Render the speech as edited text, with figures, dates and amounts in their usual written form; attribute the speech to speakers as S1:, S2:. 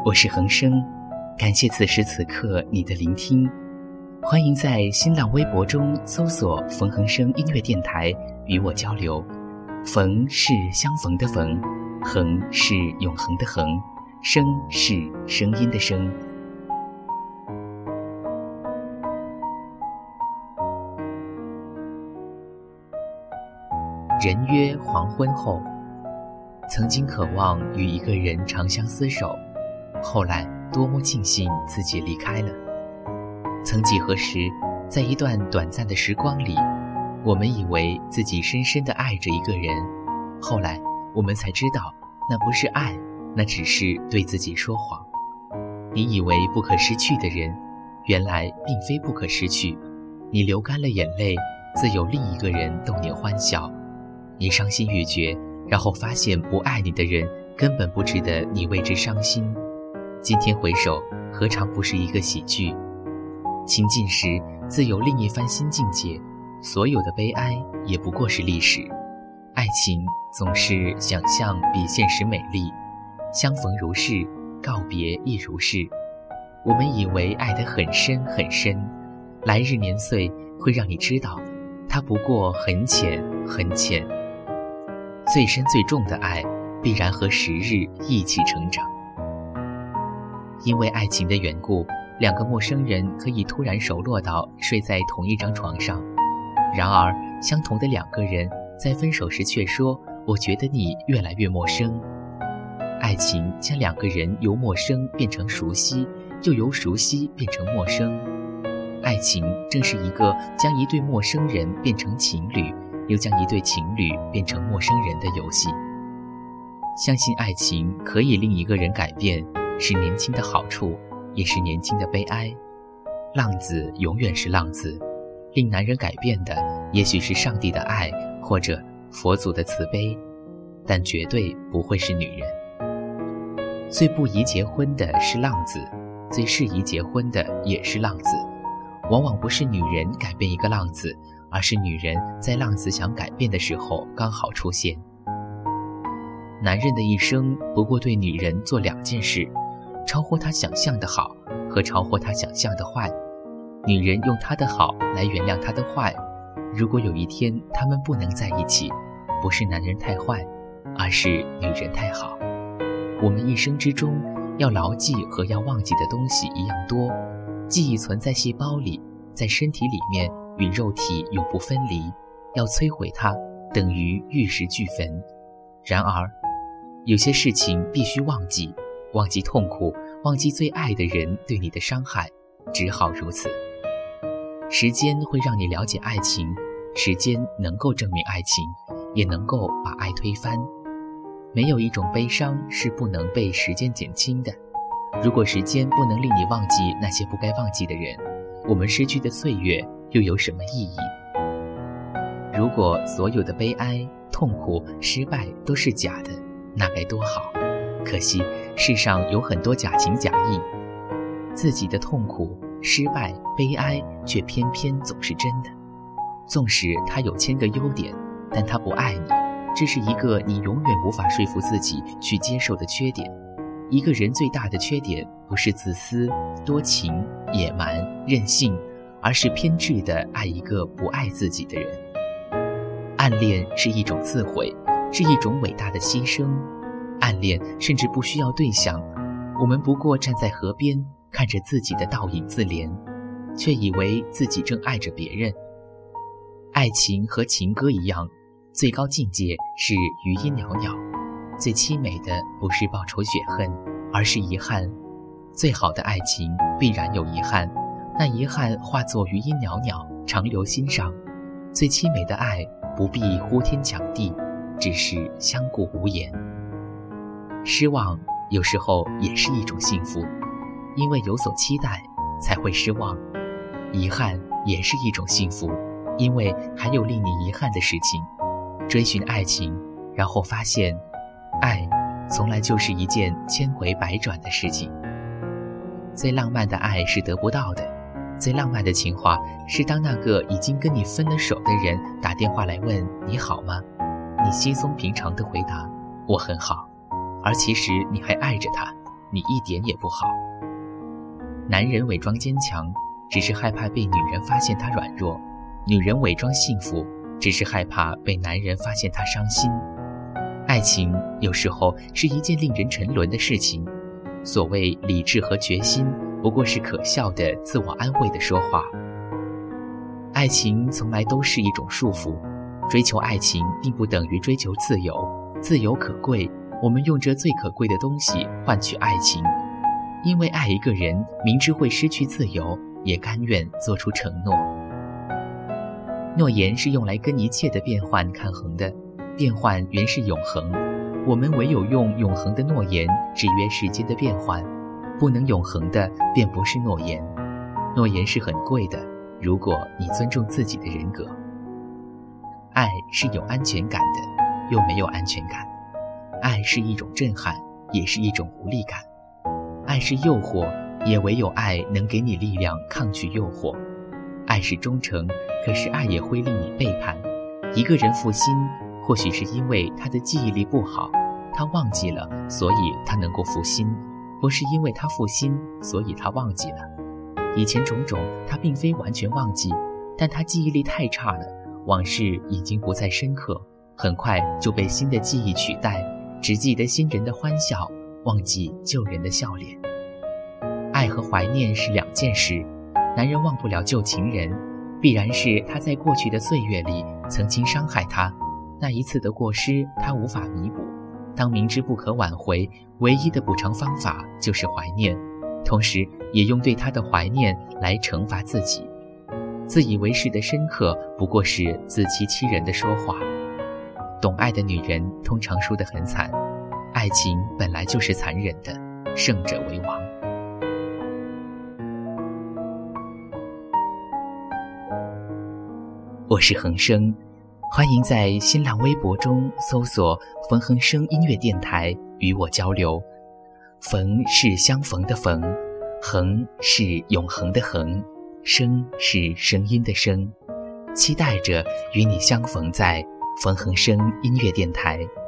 S1: 我是恒生，感谢此时此刻你的聆听。欢迎在新浪微博中搜索冯恒生音乐电台与我交流。冯是相逢的冯，恒是永恒的恒，声是声音的声。人约黄昏后，曾经渴望与一个人长相厮守，后来多么庆幸自己离开了。曾几何时，在一段短暂的时光里，我们以为自己深深地爱着一个人，后来我们才知道，那不是爱，那只是对自己说谎。你以为不可失去的人，原来并非不可失去。你流干了眼泪，自有另一个人逗你欢笑。你伤心欲绝，然后发现不爱你的人根本不值得你为之伤心。今天回首，何尝不是一个喜剧？情尽时，自有另一番新境界。所有的悲哀也不过是历史。爱情总是想象比现实美丽，相逢如是，告别亦如是。我们以为爱得很深很深，来日年岁会让你知道，它不过很浅很浅。最深最重的爱，必然和时日一起成长。因为爱情的缘故，两个陌生人可以突然熟络到睡在同一张床上。然而，相同的两个人在分手时却说：“我觉得你越来越陌生。”爱情将两个人由陌生变成熟悉，又由熟悉变成陌生。爱情正是一个将一对陌生人变成情侣，又将一对情侣变成陌生人的游戏。相信爱情可以令一个人改变，是年轻的好处，也是年轻的悲哀。浪子永远是浪子，令男人改变的也许是上帝的爱，或者佛祖的慈悲，但绝对不会是女人。最不宜结婚的是浪子，最适宜结婚的也是浪子。往往不是女人改变一个浪子，而是女人在浪子想改变的时候刚好出现。男人的一生不过对女人做两件事，超乎他想象的好和超乎他想象的坏。女人用他的好来原谅他的坏。如果有一天他们不能在一起，不是男人太坏，而是女人太好。我们一生之中要牢记和要忘记的东西一样多，记忆存在细胞里，在身体里面与肉体永不分离，要摧毁它等于玉石俱焚。然而有些事情必须忘记，忘记痛苦，忘记最爱的人对你的伤害，只好如此。时间会让你了解爱情，时间能够证明爱情，也能够把爱推翻。没有一种悲伤是不能被时间减轻的。如果时间不能令你忘记那些不该忘记的人，我们失去的岁月又有什么意义？如果所有的悲哀、痛苦、失败都是假的，那该多好。可惜世上有很多假情假意，自己的痛苦、失败、悲哀却偏偏总是真的。纵使他有1000个优点，但他不爱你，这是一个你永远无法说服自己去接受的缺点。一个人最大的缺点不是自私、多情、野蛮、任性，而是偏执地爱一个不爱自己的人。暗恋是一种自毁，是一种伟大的牺牲。暗恋甚至不需要对象，我们不过站在河边，看着自己的倒影自怜，却以为自己正爱着别人。爱情和情歌一样，最高境界是余音袅袅，最凄美的不是报仇雪恨，而是遗憾。最好的爱情必然有遗憾，那遗憾化作余音袅袅，长留心上。最凄美的爱不必呼天抢地，只是相顾无言。失望有时候也是一种幸福，因为有所期待才会失望。遗憾也是一种幸福，因为还有令你遗憾的事情。追寻爱情，然后发现爱从来就是一件千回百转的事情。最浪漫的爱是得不到的，最浪漫的情话是当那个已经跟你分了手的人打电话来问你好吗，你稀松平常地回答我很好，而其实你还爱着他， 你一点也不好。男人伪装坚强，只是害怕被女人发现他软弱；女人伪装幸福，只是害怕被男人发现他伤心。爱情有时候是一件令人沉沦的事情，所谓理智和决心，不过是可笑的自我安慰的说话。爱情从来都是一种束缚，追求爱情并不等于追求自由，自由可贵，我们用这最可贵的东西换取爱情。因为爱一个人，明知会失去自由，也甘愿做出承诺。诺言是用来跟一切的变幻抗衡的，变幻原是永恒，我们唯有用永恒的诺言制约世间的变幻，不能永恒的便不是诺言。诺言是很贵的，如果你尊重自己的人格。爱是有安全感的，又没有安全感。爱是一种震撼，也是一种无力感。爱是诱惑，也唯有爱能给你力量抗拒诱惑。爱是忠诚，可是爱也会令你背叛。一个人负心，或许是因为他的记忆力不好，他忘记了，所以他能够负心；不是因为他负心，所以他忘记了。以前种种他并非完全忘记，但他记忆力太差了，往事已经不再深刻，很快就被新的记忆取代，只记得新人的欢笑，忘记旧人的笑脸。爱和怀念是两件事，男人忘不了旧情人，必然是他在过去的岁月里曾经伤害他，那一次的过失他无法弥补。当明知不可挽回，唯一的补偿方法就是怀念，同时也用对他的怀念来惩罚自己。自以为是的深刻，不过是自欺欺人的说话。懂爱的女人通常输得很惨，爱情本来就是残忍的，胜者为王。我是恒生，欢迎在新浪微博中搜索冯恒生音乐电台与我交流。冯是相逢的冯，恒是永恒的恒，声是声音的声，期待着与你相逢在冯恒生音乐电台。